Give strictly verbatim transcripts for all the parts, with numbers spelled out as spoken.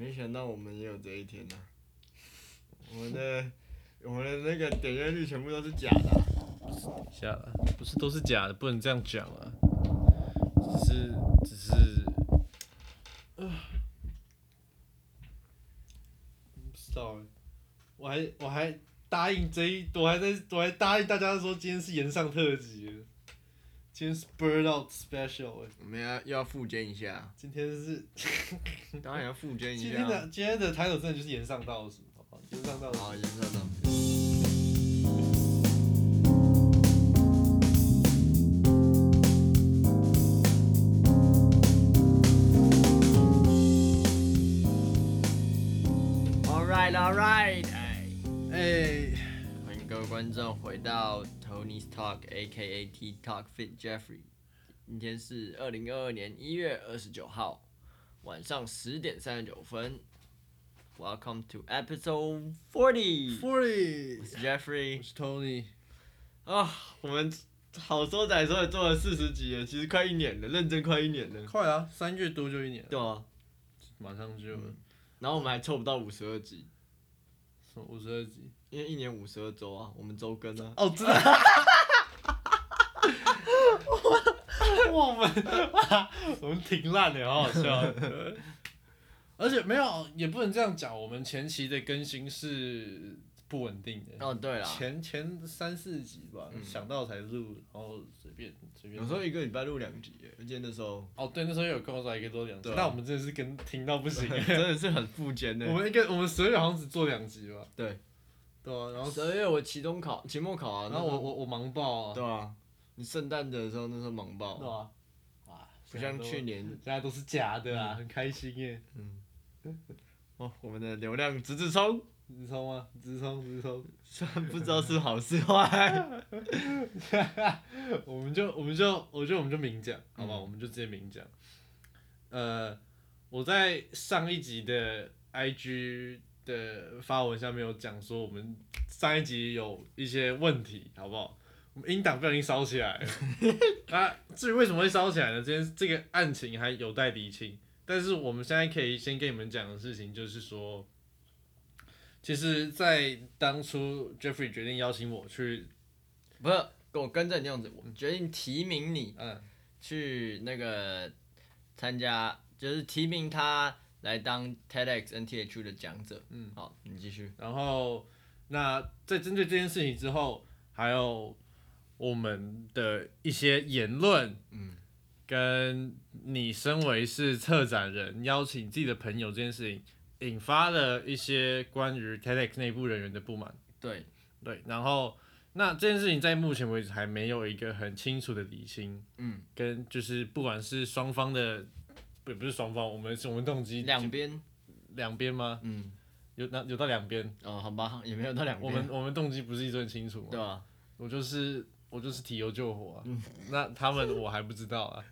没想到我们也有这一天呐、啊！我们的我们的那个点阅率全部都是假的、啊。 等一下啦，不是都是假的，不能这样讲啊。只是只是，呃，不知道哎。我还我还答应这一，我还在我还答应大家说今天是炎上特辑，今天是 Bird Out Special 哎。 我们要又要复健一下。 今天是， 当然要复健一下。 今天的今天的抬头真的就是炎上倒数，好不好？炎上倒数。 好，炎上倒数。All right， 哎哎， 欢迎各位观众回到 Tony's Talk，A K A T Talk Fit Jeffrey。今天是二零二二年一月二十九号晚上十点三十九分。Welcome to episode forty。 forty。 我是 Jeffrey， 我是 Tony。 啊，我们好说歹说也做了四十集了，其实快一年了，认真快一年了。 快啊，三月多就一年了。 对啊， 马上就。 嗯、然后我们还凑不到五十二集。 五十二集， 因为一年五十二周啊，我们周更啊。 哦，真的。我们我们挺烂的，好好笑。而且没有，也不能这样讲，我们前期的更新是不稳定的。 哦，对啦。 前前三四集吧，嗯、想到才录，然后随便随便。 有时候一个礼拜录两集，而且那时候。 哦，对，那时候有跟我说一个多两集，那、啊、我们真的是跟听到不行， 真的是很富坚的。 我们一个我们十二月好像只做两集吧。 对。 对啊，然后十二月我期中考、期末考啊， 然后我我我忙爆啊。 对啊。你圣诞的时候那时候忙爆。 对啊。哇， 不像去年， 现在都是假的啊，嗯、很开心耶。 嗯。哦，我们的流量直直冲。 直冲吗？直冲直冲， 虽然不知道是好是坏。 我们就我们就我觉得我们就明讲，好不好？嗯、我们就直接明讲。呃，我在上一集的 I G 的发文下面有讲说，我们上一集有一些问题，好不好？我们音档不小心烧起来了。啊，至于为什么会烧起来呢？这件这个案情还有待厘清。但是我们现在可以先跟你们讲的事情就是说。其实，在当初 Jeffrey 决定邀请我去， 不是跟我跟着你样子，我决定提名你， 嗯， 去那个参加，就是提名他来当 TEDx N T H 的讲者。嗯，好，你继续。 然后，那在针对这件事情之后，还有我们的一些言论，嗯，跟你身为是策展人邀请自己的朋友这件事情。引发了一些关于 TEDx 内部人员的不满。 对对，然后那这件事情在目前为止还没有一个很清楚的理清。嗯，跟就是不管是双方的，不不是双方，我们我们动机两边两边吗？嗯，有那有到两边。 哦，好吧，也没有到两边。 我们我们动机不是一直很清楚吗？ 对啊， 我就是我就是提油救火啊。嗯、那他们我还不知道啊。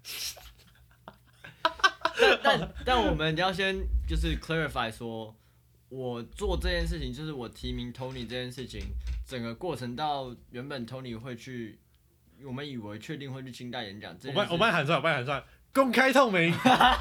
但但但我们要先就是 clarify 说，我做这件事情就是我提名 Tony 这件事情，整个过程到原本 Tony 会去，我们以为确定会去清大演讲， 我帮我帮你喊出来，我帮你喊出来，公开透明。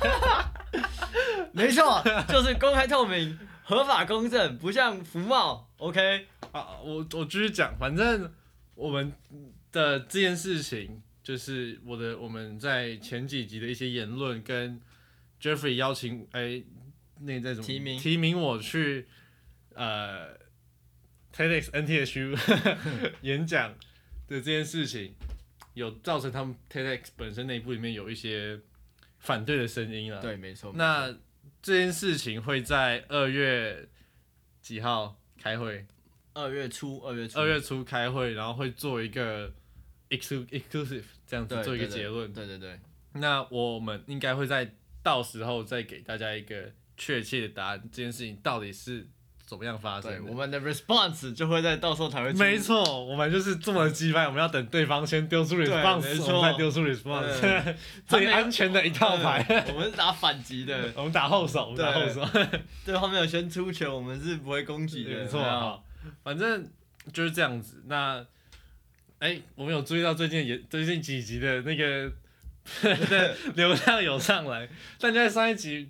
没错，就是公开透明、合法公正，不像服贸。OK， 啊，我我继续讲，反正我们的这件事情，就是我的我们在前几集的一些言论跟。Jeffrey 邀请哎，那在怎么提名提名我去呃 TEDx N T H U 演讲的这件事情，有造成他们 TEDx 本身内部里面有一些反对的声音了。 对，没错。 那这件事情会在二月几号开会？ 二月初，二月初。 二月初开会，然后会做一个 exclusive 这样子做一个结论。 对对 对, 對。 那我们应该会在。到时候再给大家一个确切的答案，这件事情到底是怎么样发生的？ 我们的 response 就会在到时候才会出。 没错，我们就是这么鸡掰，我们要等对方先丢出 response， 我们再丢出 response， 最安全的一套牌。 我们是打反击的， 我们打后手，我们打后手。 对方没有先出球，我们是不会攻击的。 没错，好，反正就是这样子。那，哎、欸，我们有注意到最近也最近几集的那个。流量有上来，但在上一集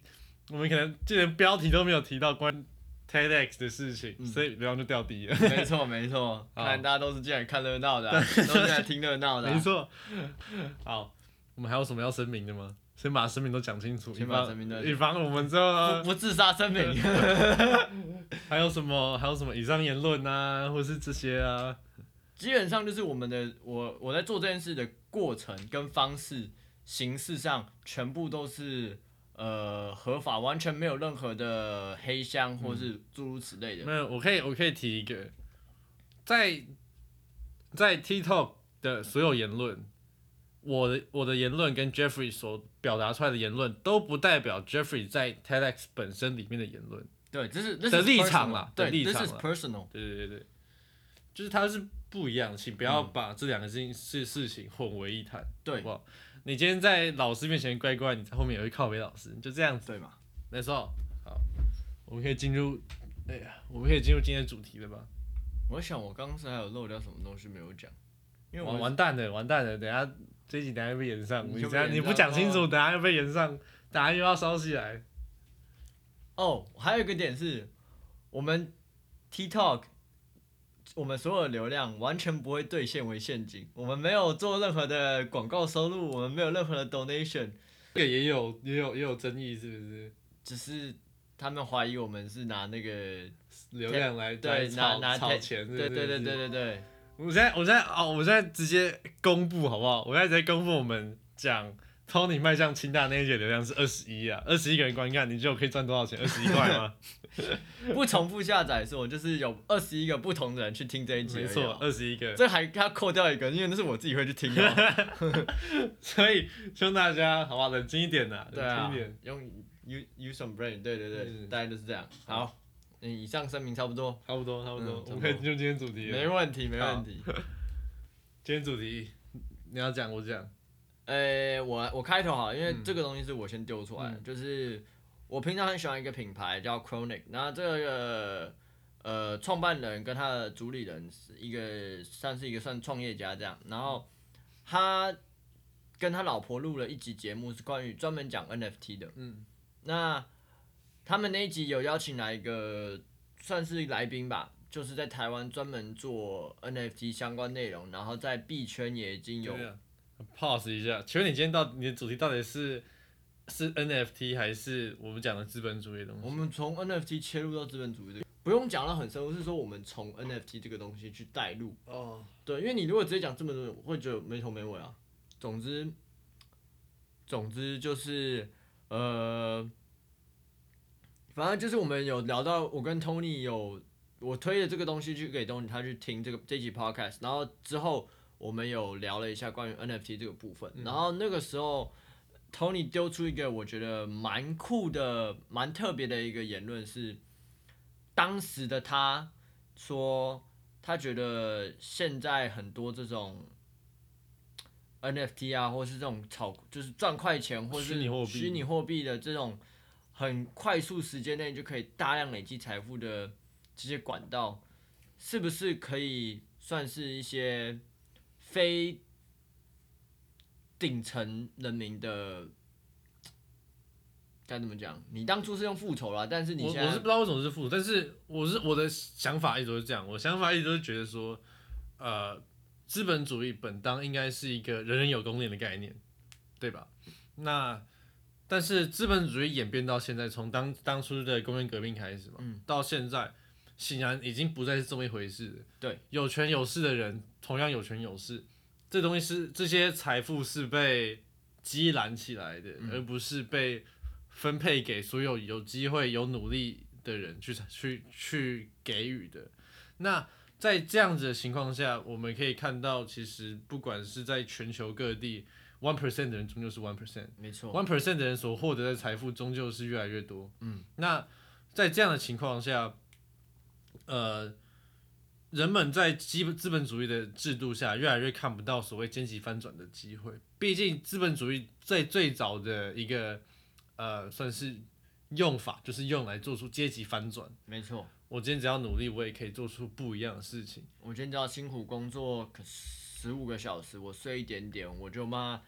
我们可能就连标题都没有提到关于 TEDx 的事情，嗯、所以流量就掉低了。 没错没错，看大家都是进来看热闹的、啊，都是进来听热闹的、啊。 没错。好，我们还有什么要声明的吗？先把声明都讲清楚， 先把声明都以防我们之后不不自杀声明。 还有什么？还有什么以上言论啊，或是这些啊？ 基本上就是我们的我我在做这件事的过程跟方式、形式上，全部都是呃合法，完全没有任何的黑箱或是诸如此类的。 嗯、没有，我可以我可以提一个，在在 TikTok 的所有言论。我的我的言论跟 Jeffrey 所表达出来的言论都不代表 Jeffrey 在 TEDx 本身里面的言论， 对，这是的立场啦， 对， 立场啦 ，this is personal， 对对对对，就是它是不一样，请不要把这两个事情事事情混为一谈， 对， 好不好？你今天在老师面前乖乖，你在后面也会靠北老师，就这样子， 对嘛？ 没错，好，我们可以进入，哎呀，我们可以进入今天的主题了吧？ 我想我刚才还有漏掉什么东西没有讲，因为完完蛋了，完蛋了，等一下。这一集等下被延上，你这样你不讲清楚， 哦、 等下又被延上，等下又要烧起来。 哦，还有一个点是，我们 TikTok， 我们所有的流量完全不会兑现为现金，我们没有做任何的广告收入，我们没有任何的 donation。 这个也有也有也有争议，是不是？ 只是他们怀疑我们是拿那个流量来对炒拿炒钱， 对对对对对对。 我现在，我现在哦，我现在直接公布好不好？我现在直接公布我们讲 Tony 迈向清大那一节流量是二十一啊，二十一个人观看，你觉得我可以赚多少钱？二十一块吗？ 不重复下载是我就是有二十一个不同的人去听这一集、哦， 没错，二十一个。 这还要扣掉一个，因为那是我自己会去听的、哦。 所以希望大家好吧，冷静一点呐， 对啊， 冷静一点， 用 use use some brain， 对对对，嗯、大概就是这样。好。嗯，以上声明差不多， 差不多，差不多，嗯、我们可以进入今天主题了。 没问题，没问题。 今天主题你要讲，我讲。 呃、欸，我我开头好了，因为这个东西是我先丢出来的，嗯、就是我平常很喜欢一个品牌叫 Chronic， 那这个呃创办人跟他的主理人是一个算是一个算创业家这样，然后他跟他老婆录了一集节目，是关于专门讲 N F T 的。嗯，那他们那一集有邀请来一个算是来宾吧，就是在台湾专门做 N F T 相关内容，然后在币圈也已经有。 啊、pause 一下，请问你今天到你的主题到底是是 N F T 还是我们讲的资本主义的东西？ 我们从 N F T 切入到资本主义的，不用讲到很深入，是说我们从 N F T 这个东西去带入。哦。对，因为你如果直接讲资本主义，我会觉得没头没尾啊。总之，总之就是呃。反正就是我们有聊到，我跟 Tony 有我推的这个东西去给 Tony 他去听这个这集 podcast， 然后之后我们有聊了一下关于 N F T 这个部分，嗯、然后那个时候 Tony 丢出一个我觉得蛮酷的、蛮特别的一个言论是，当时的他说他觉得现在很多这种 N F T 啊，或是这种炒就是赚快钱或是虚拟货币的这种。很快速时间内就可以大量累积财富的这些管道，是不是可以算是一些非顶层人民的？该怎么讲？你当初是用复仇啦，但是你现在我, 我是不知道为什么是复仇，但是我是我的想法一直都是这样，我想法一直都是觉得说，呃，资本主义本当应该是一个人人有公链的概念，对吧？那但是资本主义演变到现在，从当当初的工业革命开始嘛，嗯、到现在，显然已经不再是这么一回事了。 对， 有权有势的人同样有权有势，这东西是这些财富是被积攒起来的，嗯、而不是被分配给所有有机会、有努力的人去去去给予的。那在这样子的情况下，我们可以看到，其实不管是在全球各地。one percent 的人终究是 one percent， 没错 ，one percent 的人所获得的财富终究是越来越多。嗯，那在这样的情况下，呃，人们在基资本主义的制度下，越来越看不到所谓阶级翻转的机会。毕竟资本主义在最早的一个呃算是用法，就是用来做出阶级翻转。 没错， 我今天只要努力，我也可以做出不一样的事情。 我今天只要辛苦工作，可十五个小时，我睡一点点，我就妈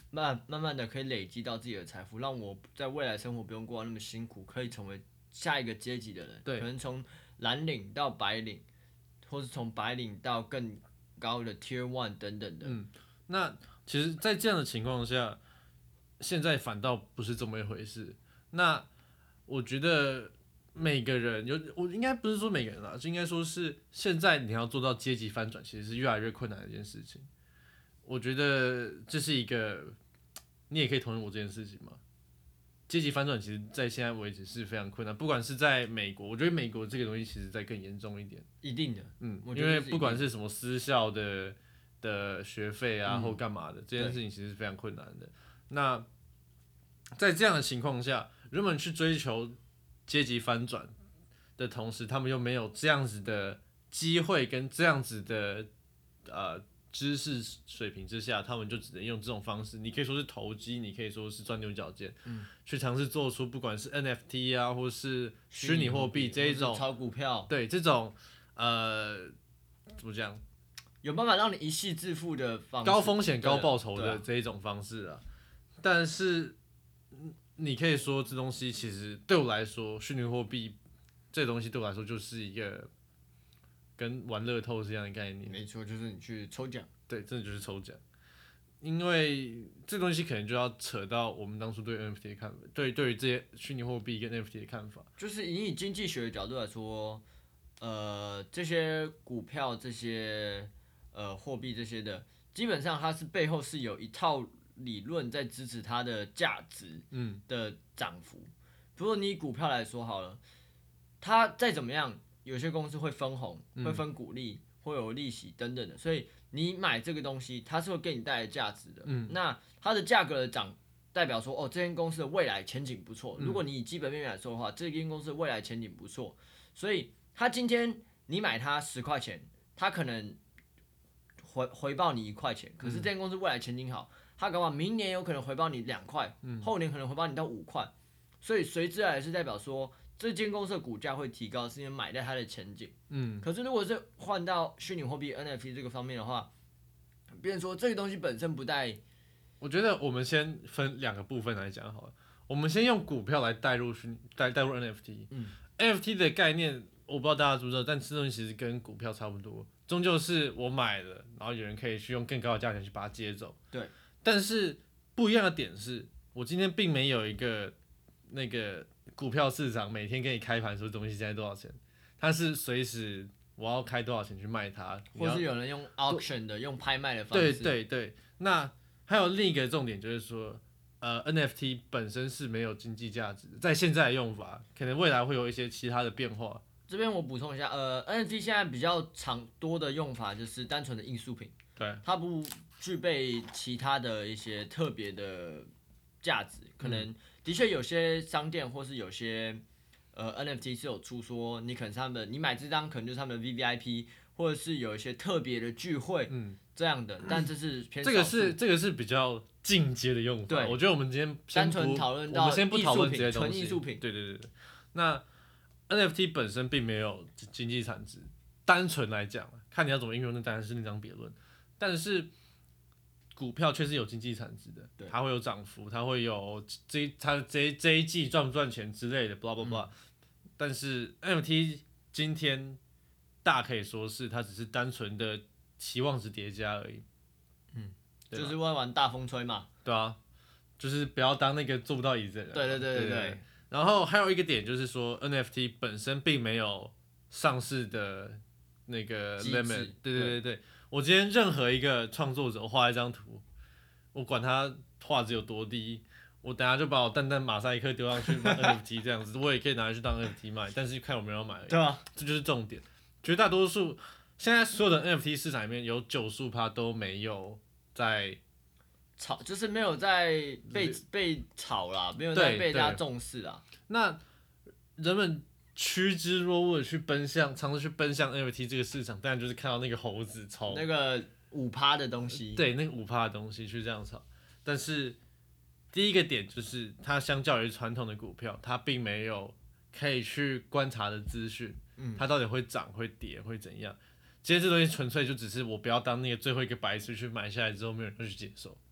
慢慢慢的可以累积到自己的财富，让我在未来生活不用过得那么辛苦，可以成为下一个阶级的人， 对可能从蓝领到白领，或是从白领到更高的 Tier One 等等的。 嗯，那其实，在这样的情况下，现在反倒不是这么一回事。那我觉得每个人有，我应该不是说每个人啦，就应该说是现在你要做到阶级翻转，其实是越来越困难的一件事情。我觉得这是一个，你也可以同意我这件事情吗？阶级翻转其实，在现在为止是非常困难，不管是在美国，我觉得美国这个东西其实再更严重一点。 一定的， 嗯， 我觉得因为不管是什么私校的的学费啊， 嗯或干嘛的，这件事情其实是非常困难的。那在这样的情况下，人们去追求阶级翻转的同时，他们又没有这样子的机会跟这样子的呃知识水平之下，他们就只能用这种方式，你可以说是投机，你可以说是钻牛角尖， 嗯， 去尝试做出不管是 N F T 啊，或是虚拟货币这一种炒股票， 对这种呃怎么讲， 有办法让你一夕致富的方式， 高风险高报酬对啊的这一种方式啊。但是你可以说这东西其实对我来说，虚拟货币这东西对我来说就是一个跟玩乐透是一样的概念。 没错，就是你去抽奖， 对，真的就是抽奖。因为这东西可能就要扯到我们当初对 N F T 的看法，对对于这些虚拟货币跟 N F T 的看法。 就是以你经济学的角度来说，呃，这些股票、这些呃货币这些的，基本上它是背后是有一套理论在支持它的价值嗯的涨幅。比如说你以股票来说好了，它再怎么样，有些公司会分红、会分股利、会有利息等等的，所以你买这个东西，它是会给你带来价值的。 嗯那它的价格的涨，代表说哦，这间公司的未来前景不错。如果你以基本面来说的话，这间公司的未来前景不错，所以它今天你买它十块钱，它可能回回报你一块钱，可是这间公司未来前景好，它搞不好明年有可能回报你两块，后年可能回报你到五块，所以随之而来是代表说这间公司的股价会提高，是因为买在它的前景。 嗯， 可是如果是换到虚拟货币 N F T 这个方面的话，别人说这个东西本身不带， 我觉得我们先分两个部分来讲好了。我们先用股票来带入虚带带入 N F T。 嗯 N F T 的概念我不知道大家知不知道，但这东西其实跟股票差不多，终究是我买了，然后有人可以去用更高的价钱去把它接走。 对。 但是不一样的点是，我今天并没有一个那个股票市场每天给你开盘说东西现在多少钱，它是随时我要开多少钱去卖它， 或是有人用 auction 的，用拍卖的方式。 对对对，那还有另一个重点就是说，呃，N F T 本身是没有经济价值的，在现在的用法，可能未来会有一些其他的变化。 这边我补充一下，呃，N F T 现在比较常多的用法就是单纯的艺术品， 对， 它不具备其他的一些特别的价值。可能的确有些商店或是有些呃 N F T 是有出说，你可能是他们的，你买这张可能就是他们的 V V I P，或者是有一些特别的聚会， 嗯， 这样的，但这是偏这个是这个是比较进阶的用法。 对， 我觉得我们今天先单纯讨论到我们先不讨论这些东西， 纯艺术品。 对对对对，那 N F T 本身并没有经济产值，单纯来讲，看你要怎么应用，那当然是另当别论。但是股票确实有经济产值的，它会有涨幅，它会有这它这这一季赚不赚钱之类的，blah blah blah、嗯。但是 N F T 今天大可以说是它只是单纯的期望值叠加而已， 嗯，就是会玩大风吹嘛， 对啊，就是不要当那个做不到椅子的人。 对对对对对, 对, 对。然后还有一个点就是说 ，N F T 本身并没有上市的那个 limit。对对对对，我今天任何一个创作者画一张图，我管他画质有多低，我等下就把我淡淡马赛克丢上去卖 N F T 这样子，我也可以拿去当 N F T 卖，但是看有没有人买而已。 对啊， 这就是重点。绝大多数现在所有的 N F T 市场里面有九十五%都没有在炒，就是没有在被被炒啦，没有在被大家重视啦。 那人们趋之若鹜的去奔向，尝试去奔向 N F T 这个市场，当然就是看到那个猴子炒那个五趴的东西， 对，那个五趴的东西去这样炒。但是第一个点就是它相较于传统的股票，它并没有可以去观察的资讯， 嗯， 它到底会涨会跌会怎样？今天这东西纯粹就只是我不要当那个最后一个白痴去买下来之后没有人去接受，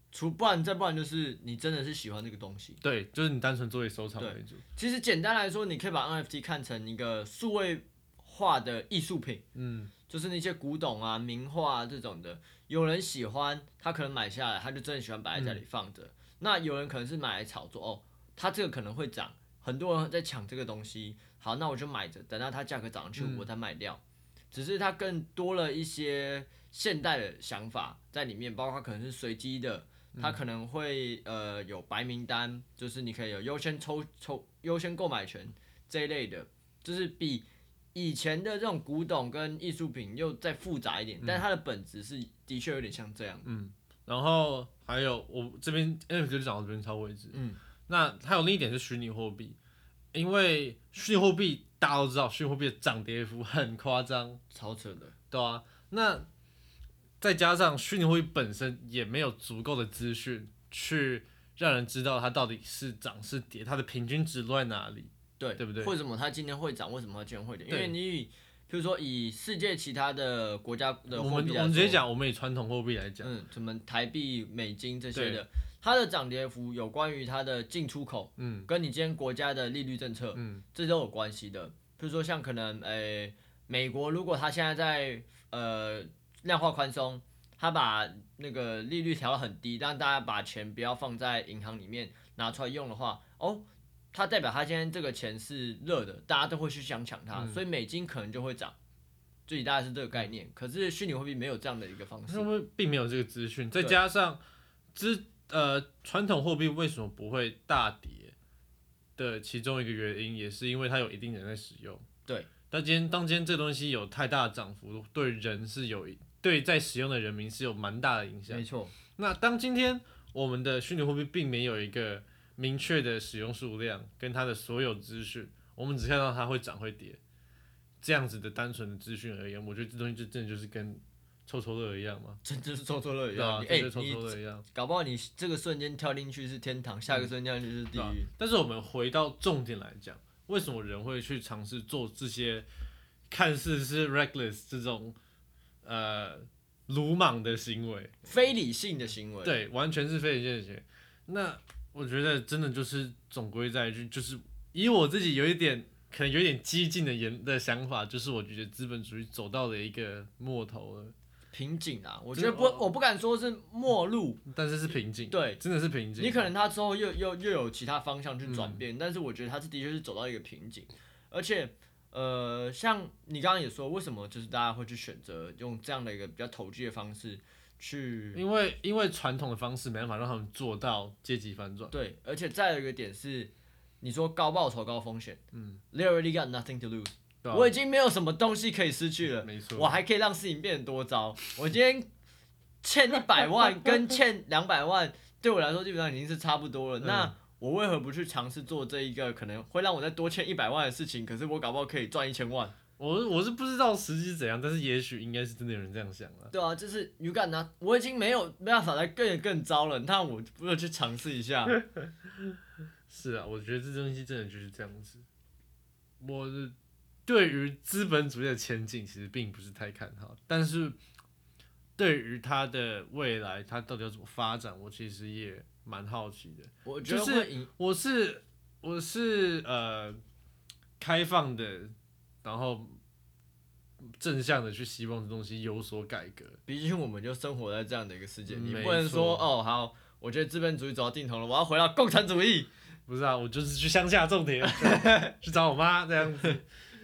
除不然再不然就是你真的是喜欢这个东西。 对，就是你单纯作为收藏为主。 其实简单来说，你可以把 N F T 看成一个数位化的艺术品， 嗯， 就是那些古董啊、名画啊这种的，有人喜欢，他可能买下来，他就真的喜欢摆在家里放着。嗯、那有人可能是买来炒作，哦，他这个可能会涨，很多人在抢这个东西，好，那我就买着，等到它价格涨上去，我再卖掉。嗯、只是它更多了一些现代的想法在里面，包括可能是随机的。它可能会呃有白名单，就是你可以有优先抽抽优先购买权这一类的，就是比以前的这种古董跟艺术品又再复杂一点，嗯、但它的本质是的确有点像这样。 嗯，然后还有我这边 N F T 就讲到这边超为止。 嗯， 那还有另一点是虚拟货币，因为虚拟货币大家都知道，虚拟货币的涨跌幅很夸张， 超扯的， 对啊，那再加上虚拟货币本身也没有足够的资讯去让人知道它到底是涨是跌，它的平均值落在哪里， 对对不对？ 为什么它今天会涨？为什么它今天会跌？因为你以，比如说以世界其他的国家的货币来说， 我们我们直接讲，我们以传统货币来讲， 嗯，什么台币、美金这些的，它的涨跌幅有关于它的进出口，嗯，跟你今天国家的利率政策，嗯，这都有关系的。比如说像可能，诶、欸，美国如果它现在在呃。量化宽松，他把那个利率调得很低，让大家把钱不要放在银行里面拿出来用的话，哦，它代表他现在这个钱是热的，大家都会去想抢它，嗯、所以美金可能就会涨，所以大概是这个概念。可是虚拟货币没有这样的一个方式， 因为并没有这个资讯，再加上资呃传统货币为什么不会大跌的其中一个原因，也是因为它有一定人在使用。 对， 但今天当今天这个东西有太大的涨幅，对人是有。对在使用的人民是有蛮大的影响。 没错。 那当今天我们的虚拟货币并没有一个明确的使用数量跟它的所有资讯，我们只看到它会涨会跌这样子的单纯的资讯而言，我觉得这东西就真的就是跟抽抽乐一样嘛， 真就是抽抽乐一样。 哎、欸，抽抽乐一样。 搞不好你这个瞬间跳进去是天堂，下一个瞬间跳进去是地狱、 嗯。但是我们回到重点来讲，为什么人会去尝试做这些看似是 reckless 这种？呃，鲁莽的行为， 非理性的行为， 对，完全是非理性的行为。那我觉得真的就是总归在一句，就是以我自己有一点可能有点激进的言的想法，就是我觉得资本主义走到了一个末头了， 瓶颈啊。我觉得不，我不敢说是末路， 但是是瓶颈， 对， 真的是瓶颈。 你可能它之后又又又有其他方向去转变、嗯，但是我觉得它是的确是走到一个瓶颈，而且。呃，像你刚刚也说，为什么就是大家会去选择用这样的一个比较投机的方式去？ 因为因为传统的方式没办法让他们做到阶级反转。 对，而且再有一个点是，你说高报酬高风险，嗯 ，they already got nothing to lose，、啊、我已经没有什么东西可以失去了， 没错， 我还可以让事情变得多糟。我今天欠一百万跟欠两百万，对我来说基本上已经是差不多了。嗯、那我为何不去尝试做这一个可能会让我再多欠一百万的事情？可是我搞不好可以赚一千万。 我我是不知道实际怎样，但是也许应该是真的有人这样想了。 对啊，就是 you got nothing，我已经没有没办法再更更糟了，那我不如去尝试一下。 是啊，我觉得这东西真的就是这样子。我对于资本主义的前景其实并不是太看好，但是对于它的未来，它到底要怎么发展，我其实也。蛮好奇的， 我觉得就是我是我是呃开放的，然后正向的去希望这东西有所改革。 毕竟我们就生活在这样的一个世界，你不能说哦好，我觉得资本主义走到尽头了，我要回到共产主义。 不是啊，我就是去乡下种田，去找我妈这样子。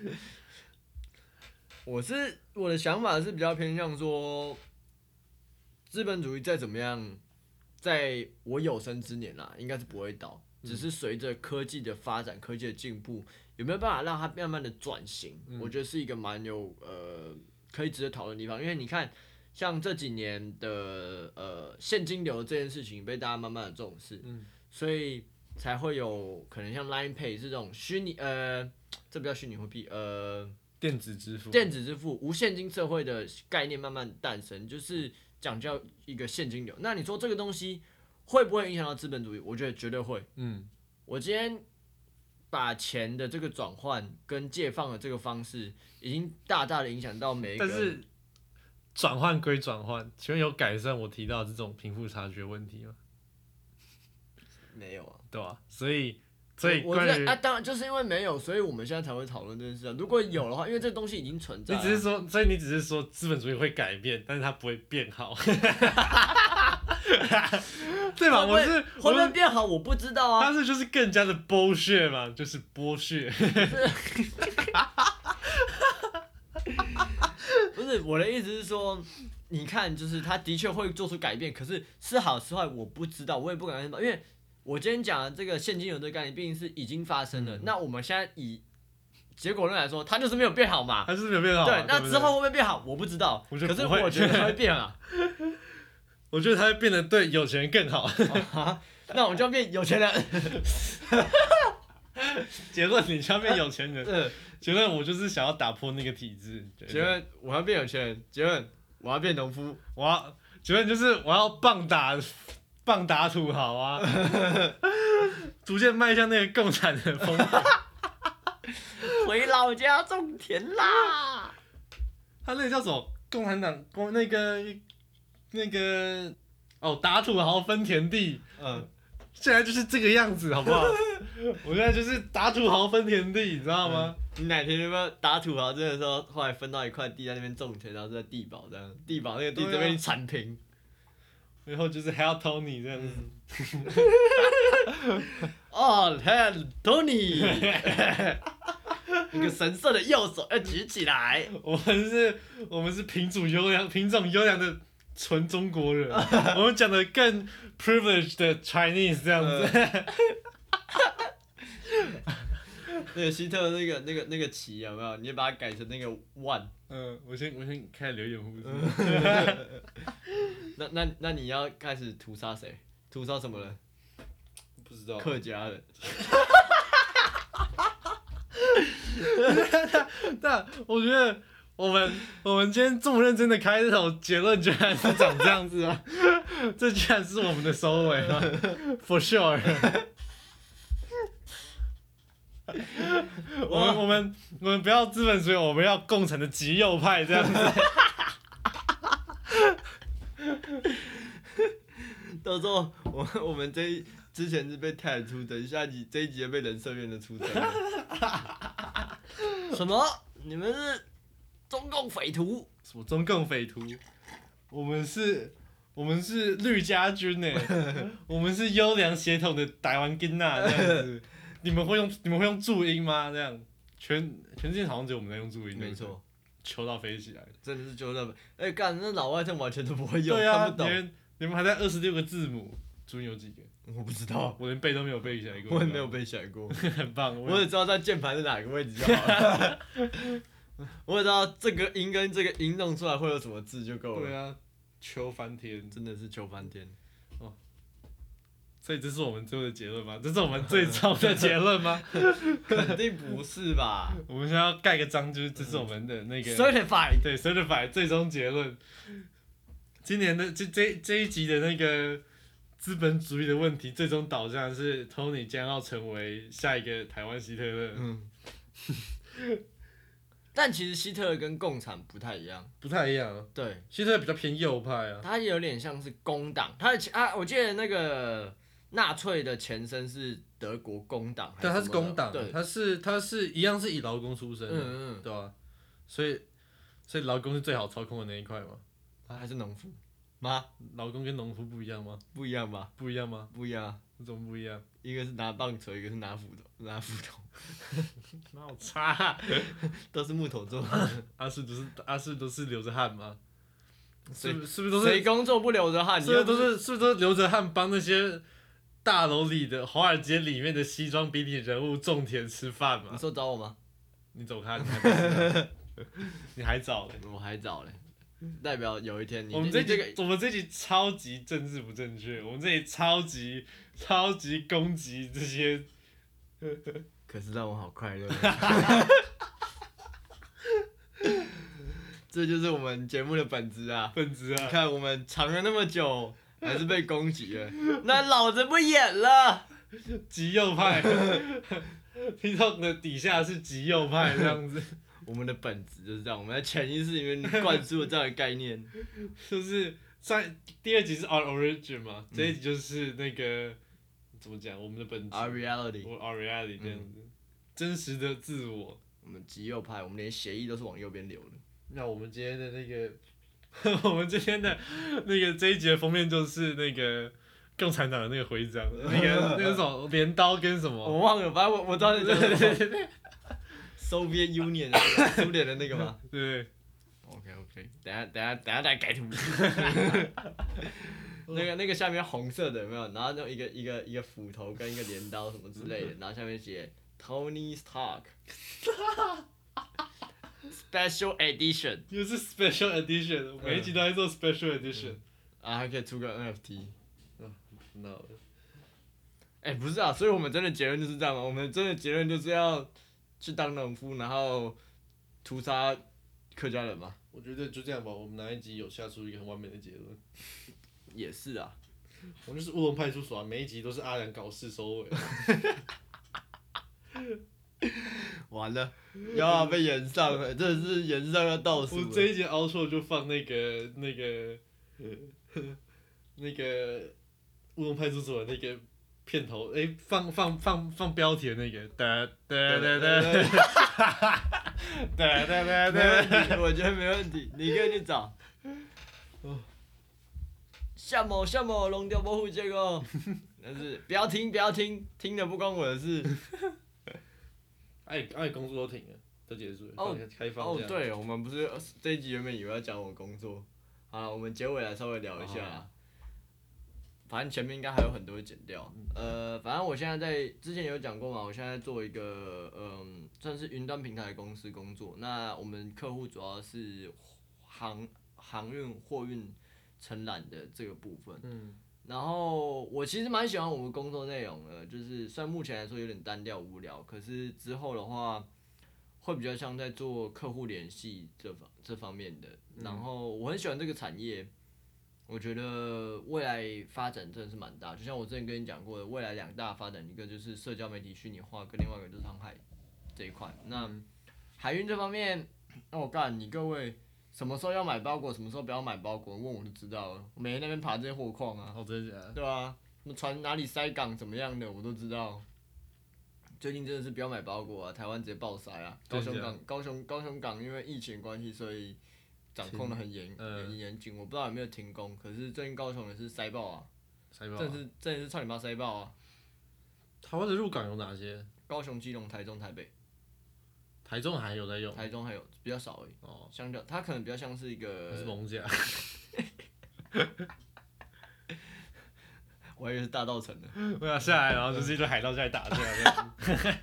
我是我的想法是比较偏向说，资本主义再怎么样。在我有生之年啦，应该是不会倒，只是随着科技的发展、科技的进步，有没有办法让它慢慢的转型？嗯、我觉得是一个蛮有呃可以值得讨论的地方。因为你看，像这几年的呃现金流这件事情被大家慢慢的重视，嗯、所以才会有可能像 Line Pay 这种虚拟呃，这不叫虚拟货币，呃， 电子支付、 电子支付、无现金社会的概念慢慢诞生，就是。讲究一个现金流，那你说这个东西会不会影响到资本主义？我觉得绝对会。嗯，我今天把钱的这个转换跟借放的这个方式，已经大大的影响到每一个人。 但是转换归转换，请问有改善我提到的这种贫富差距的问题吗？ 没有啊， 对吧？所以，所以我关于啊，当然就是因为没有，所以我们现在才会讨论这件事啊。如果有的话，因为这东西已经存在、啊， 你只是说，所以你只是说资本主义会改变，但是它不会变好，对吧？我是会不会变好，我不知道啊。 它是就是更加的剥削嘛，就是剥削。 不是我的意思是说，你看，就是他的确会做出改变，可是是好是坏我不知道，我也不敢说，因为我今天讲的这个现金流这个概念，毕竟是已经发生了。嗯、那我们现在以结果论来说，它就是没有变好嘛， 它就是没有变好、啊。 对，那之后会不会变好，我不知道。 我觉得可是我觉得它会变啊。 我觉得它会变得对有钱人更好。 哦、那我们就要变有钱人。 结论，你就要变有钱人。嗯。结论，我就是想要打破那个体制。 结论，我要变有钱人。结论，我要变农夫。 我要结论就是我要棒打棒打土豪啊，逐渐迈向那个共产的风格。 回老家种田啦！ 他那个叫什么？共产党公那个那个哦，打土豪分田地。嗯。现在就是这个样子，好不好？我现在就是打土豪分田地，你知道吗？ 嗯、你哪天有没有打土豪？真的时候，后来分到一块地在那边种田，然后在地保这样，地保那个地这边铲平， 然后就是还要 Tony 这样子。 哦 ，Help Tony， 那个神圣的右手要举起来。 我们是，我们是品种优良、品种优良的纯中国人，我们讲的更 privileged 的 Chinese 这样子。 那个希特勒那个那个那个旗有没有？你就把它改成那个 one。 嗯，我先我先开始留言胡子。 那那那你要开始屠杀谁？屠杀什么人？ 不知道。 客家人。 但我觉得我们我们今天这么认真的开头，结论居然是长这样子啊！这居然是我们的收尾吗 ？For sure。我们我们我们不要资本主义，我们要共产的极右派这样子。 到时候我我们这一之前是被泰出征，下集这一集被人社院的出征。什么？你们是中共匪徒？ 什么中共匪徒？我们是，我们是绿家军呢，我们是优良血统的台湾囡仔这样子。你们会用你们会用注音吗？这样，全全世界好像只有我们在用注音。 没错， 球到飞起来， 真的是球到飞。哎、欸，干，那老外他完全都不会用， 对啊、 看不懂。 你们你们还在二十六个字母，注音有几个？ 我不知道， 我连背都没有背起来过。 我也没有背起来过， 很棒。 我只知道在键盘的哪个位置就好了。我也知道这个音跟这个音弄出来会有什么字就够了。 对啊，求翻天， 真的是求翻天。 哦。所以这是我们最后的结论吗？这是我们最终的结论吗？ 肯定不是吧。 我们现在要盖个章，就是这是我们的那个 certified， 对 certified 最终结论。今年的这这这一集的那个资本主义的问题，最终导向是 Tony 将要成为下一个台湾希特勒。嗯。 但其实希特勒跟共产不太一样。 不太一样啊。对，希特勒比较偏右派啊。 他有点像是工党，他的啊，我记得那个。纳粹的前身是德国工党， 对，他是工党，他是他是一样是以劳工出身的， 嗯嗯， 对吧、啊？所以所以劳工是最好操控的那一块嘛？ 他还是农夫吗？ 劳工跟农夫不一样吗？ 不一样吧？ 不一样吗？ 不一样， 怎么不一样？ 一个是拿棒槌，一个是拿斧头，拿斧头， 那好差、啊， 都是木头做的。 阿士都是阿士都是流着汗吗？是是不是都是？ 谁工作不流着汗？ 是不是都是是不是都流着汗帮那些？大楼里的华尔街里面的西装笔挺人物种田吃饭嘛？ 你说找我吗？ 你走开，你还不知道你还早嘞， 我还早嘞，代表有一天你我们这这个我们这集超级政治不正确，我们这里超级超级攻击这些， 可是让我好快乐。这就是我们节目的本质啊！ 本质啊！ 你看我们藏了那么久。还是被攻击了，那老子不演了。 极右派 ，TikTok 的底下是极右派这样子。 我们的本质就是这样，我们在潜意识里面灌输了这样的概念。 就是上第二集是 our origin 嘛，这一集就是那个、嗯、怎么讲，我们的本质 ，our reality， or our reality 这样子、嗯，真实的自我。 我们极右派，我们连协议都是往右边流的。 那我们今天的那个，我们今天的那个这一集的封面就是那个共产党的那个徽章，那个那个什么镰刀跟什么， 我忘了，反正我我知道你讲什么。Soviet Union 苏联的那个吗？ 对。 OK OK， 等下等下等下再改图。那个那个下面红色的有没有？然后就一个一个一个斧头跟一个镰刀什么之类的，然后下面写 Tony Stark。Special Edition， 又是 Special Edition， 每一集都在做 Special Edition，、嗯、 啊，还可以出个 N F T。 嗯，闹了。 哎、欸，不是啊，所以我们真的结论就是这样嘛？我们真的结论就是要去当农夫，然后屠杀客家人嘛？ 我觉得就这样吧，我们哪一集有下出一个很完美的结论？ 也是啊， 我们就是乌龙派出所啊，每一集都是阿良搞事收尾。 完了，要被延上了，真的是延上要倒数。 我这一集凹错就放那个那个那个乌龙派出所的那个片头，哎、欸，放放放放标题的那个，哒哒哒哒，哒哒哒哒， 我觉得没问题，你可以去找。夏某夏某弄掉保护结构，但是不要听不要听，听的不关我的事。 哎哎，工作都停了，都结束了， 哦， 开放哦，对，我们不是这一集原本以为要讲我工作，好了，我们结尾来稍微聊一下啦。反正前面应该还有很多会剪掉。呃，反正我现在在之前有讲过嘛，我现在做一个嗯，算是云端平台的公司工作。那我们客户主要是航航运、货运、承揽的这个部分。嗯。然后我其实蛮喜欢我们工作内容的，就是虽然目前来说有点单调无聊，可是之后的话会比较像在做客户联系这方这方面的。然后我很喜欢这个产业。我觉得未来发展真的是蛮大，就像我之前跟你讲过的，未来两大发展，一个就是社交媒体虚拟化，跟另外一个就是航海这一块。那海运这方面，那我干你各位什么时候要买包裹，什么时候不要买包裹，问我就知道了。我每天那边爬这些货况啊， 哦，真的假的？ 对啊，那船哪里塞港怎么样的，我都知道。最近真的是不要买包裹啊，台湾直接爆塞啊！高雄港，高雄高雄港因为疫情关系，所以掌控的很严很严谨，我不知道有没有停工，可是最近高雄也是塞爆啊， 塞爆、啊， 真的是真的是差点把塞爆啊！ 台湾的入港有哪些？ 高雄、基隆、台中、台北。 台中还有在用？ 台中还有比较少而已。哦。相较，它可能比较像是一个。 还是蒙甲。 我还以为是大稻城的。 我想下来，然后就是一堆海盗下来打架这样子。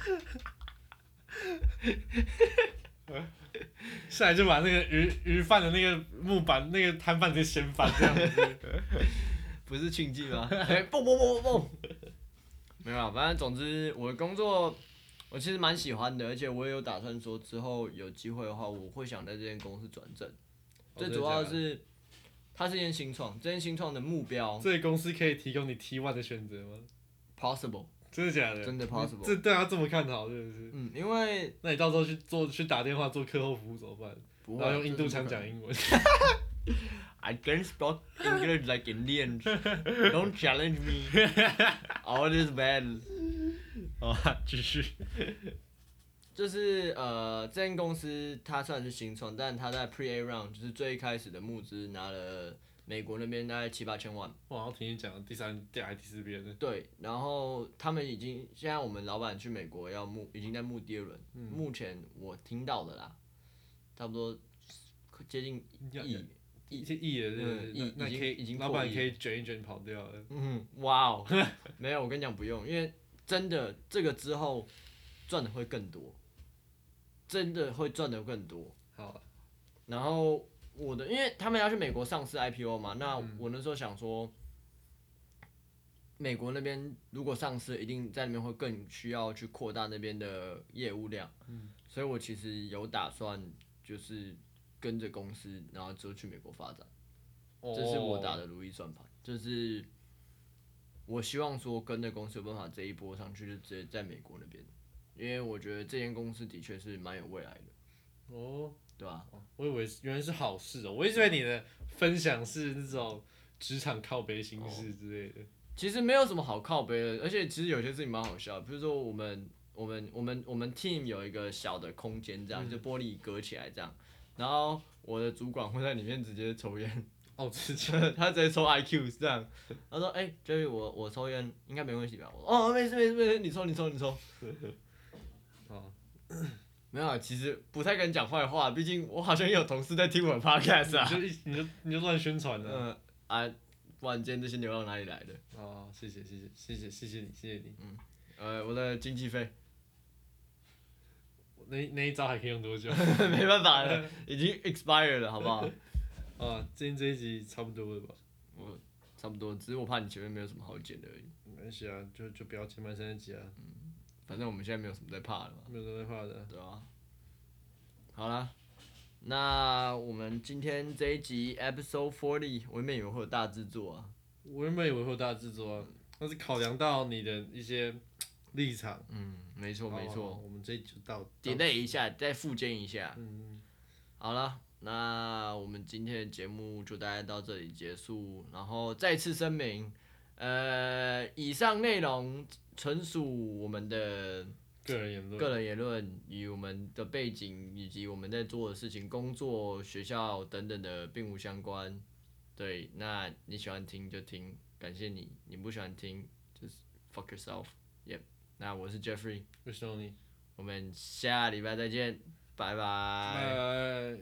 下来就把那个鱼鱼贩的那个木板那个摊贩直接掀翻这样子， 不是庆忌吗？哎，蹦蹦蹦蹦蹦，没有啊，反正总之我的工作我其实蛮喜欢的，而且我也有打算说之后有机会的话，我会想在这间公司转正。最主要的是，它是一间新创，这间新创的目标。 这间公司可以提供你 T one 的选择吗 ？Possible。 真的假的？ 真的 possible。 这对他这么看好，是不是？ 嗯，因为那你到时候去做去打电话做客户服务怎么办？ 不会， 然后用印度腔讲英文。 I can't speak English like Indians. Don't challenge me. All is bad. 好啊，继续。 就是呃，这间公司它虽然是新创，但它在 Pre-A round 就是最一开始的募资拿了。美国那边大概七八千万。 我好像听你讲第三、第还第四遍了。 对，然后他们已经现在我们老板去美国要募，已经在募第二轮。嗯、目前我听到的啦，差不多接近亿亿亿了， 嗯，亿那可以已经老板可以卷一卷跑掉了。 嗯，哇哦，没有，我跟你讲不用，因为真的这个之后赚的会更多，真的会赚的更多。 好， 然后。我的，因为他们要去美国上市 I P O 嘛，那我那时候想说，美国那边如果上市，一定在那边会更需要去扩大那边的业务量，嗯、所以我其实有打算就是跟着公司，然后就去美国发展，哦、这是我打的如意算盘，就是我希望说跟着公司有办法这一波上去，就直接在美国那边，因为我觉得这间公司的确是蛮有未来的。 哦， 对吧、 啊？我以为原来是好事哦，我一直以为你的分享是那种职场靠背心事之类的。 其实没有什么好靠背的，而且其实有些事情蛮好笑的，比如说我们我们我们我们 team 有一个小的空间，这样、嗯、就玻璃隔起来这样，然后我的主管会在里面直接抽烟。 哦，直接他直接抽 I Q 这样，他说：“哎、欸、，Jerry， 我我抽烟应该没问题吧？”我说：“哦，没事没事没事，你抽你抽你抽。”哦，没有啊，其实不太敢讲坏话，毕竟我好像也有同事在听我的 podcast 啊。 你就你就你就乱宣传了。 嗯啊，不然今天这些流量哪里来的？ 哦，谢谢谢谢谢谢谢谢你谢谢你。 嗯，呃，我的经济费。 那那一招还可以用多久？ 没办法了，已经 expired 了，好不好？ 啊，今天这一集差不多了吧？ 我差不多，只是我怕你前面没有什么好剪的而已。 没关系啊，就就不要前半三十集啊。 嗯，反正我们现在没有什么在怕的嘛。 没有什么在怕的。 对啊。好啦，那我们今天这一集 episode forty， 我原本以为会有大制作啊。 我原本以为会有大制作啊，但是考量到你的一些立场。 嗯，没错没错。 我们这一集就到。 delay 一下，再附件一下。 嗯。 好了。那我们今天的节目就大概到这里结束，然后再次声明，呃，以上内容纯属我们的个人言论， 个人言论与我们的背景以及我们在做的事情、工作、学校等等的并无相关。对，那你喜欢听就听，感谢你；你不喜欢听，就是 fuck yourself。Yep， 那我是 Jeffrey， 我是 Tony， 我们下礼拜再见，拜拜。 拜。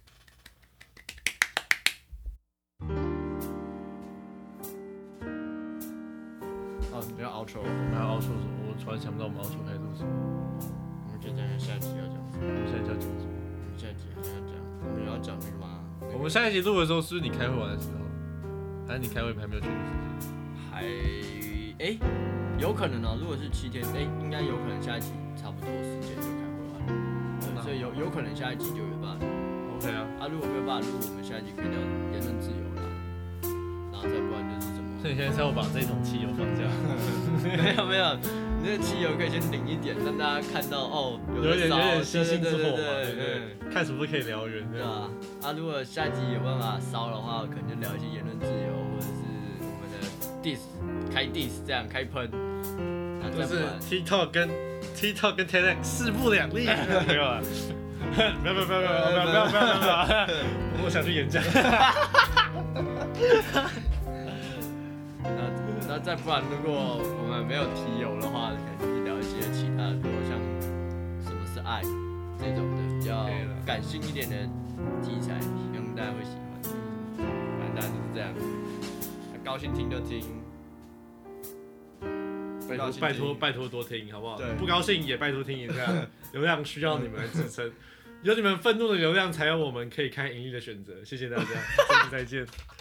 哦，没有 outro， 我们还有 outro 什么？我突然想不到我们 outro 开头是什么。 我们就讲下一集要讲什么？ 我们下一集要讲什么？ 我们下一集好像要讲，我们要讲那个吗？ 我们下一集录的时候是不是你开会完的时候？还是你开会还没有确定时间？ 还，哎、欸，有可能哦、喔。如果是七天，哎、欸，应该有可能下一集差不多时间就开会完了。对，所以有有可能下一集就有办法。 OK 啊。 啊，如果没有办法录，我们下一集可以聊言论自由啦。然后再不然就是什么？ 所以你现在是要把这桶汽油放下？ 没有没有，你这个汽油可以先淋一点，让大家看到哦，有有点有点星星之火嘛， 对对对，看什么都可以聊远， 对啊。啊，如果下集有办法烧的话，可能就聊一些言论自由，或者是我们的 diss 开 diss 这样开喷。 就是 TikTok 跟 TikTok 跟 TEDx 势不两立，没有啊？不要不要不要不要不要不要不要不要！我想去演讲。 那那再不然，如果我们没有提油的话，可能去聊一些其他的，比如像什么是爱这种的比较感性一点的题材，希望大家会喜欢。反正大家就是这样，高兴听就听， 拜托拜托拜托多听好不好？ 对， 不高兴也拜托听一下，流量需要你们来支撑，有你们愤怒的流量，才有我们可以开盈利的选择。谢谢大家，下次再见。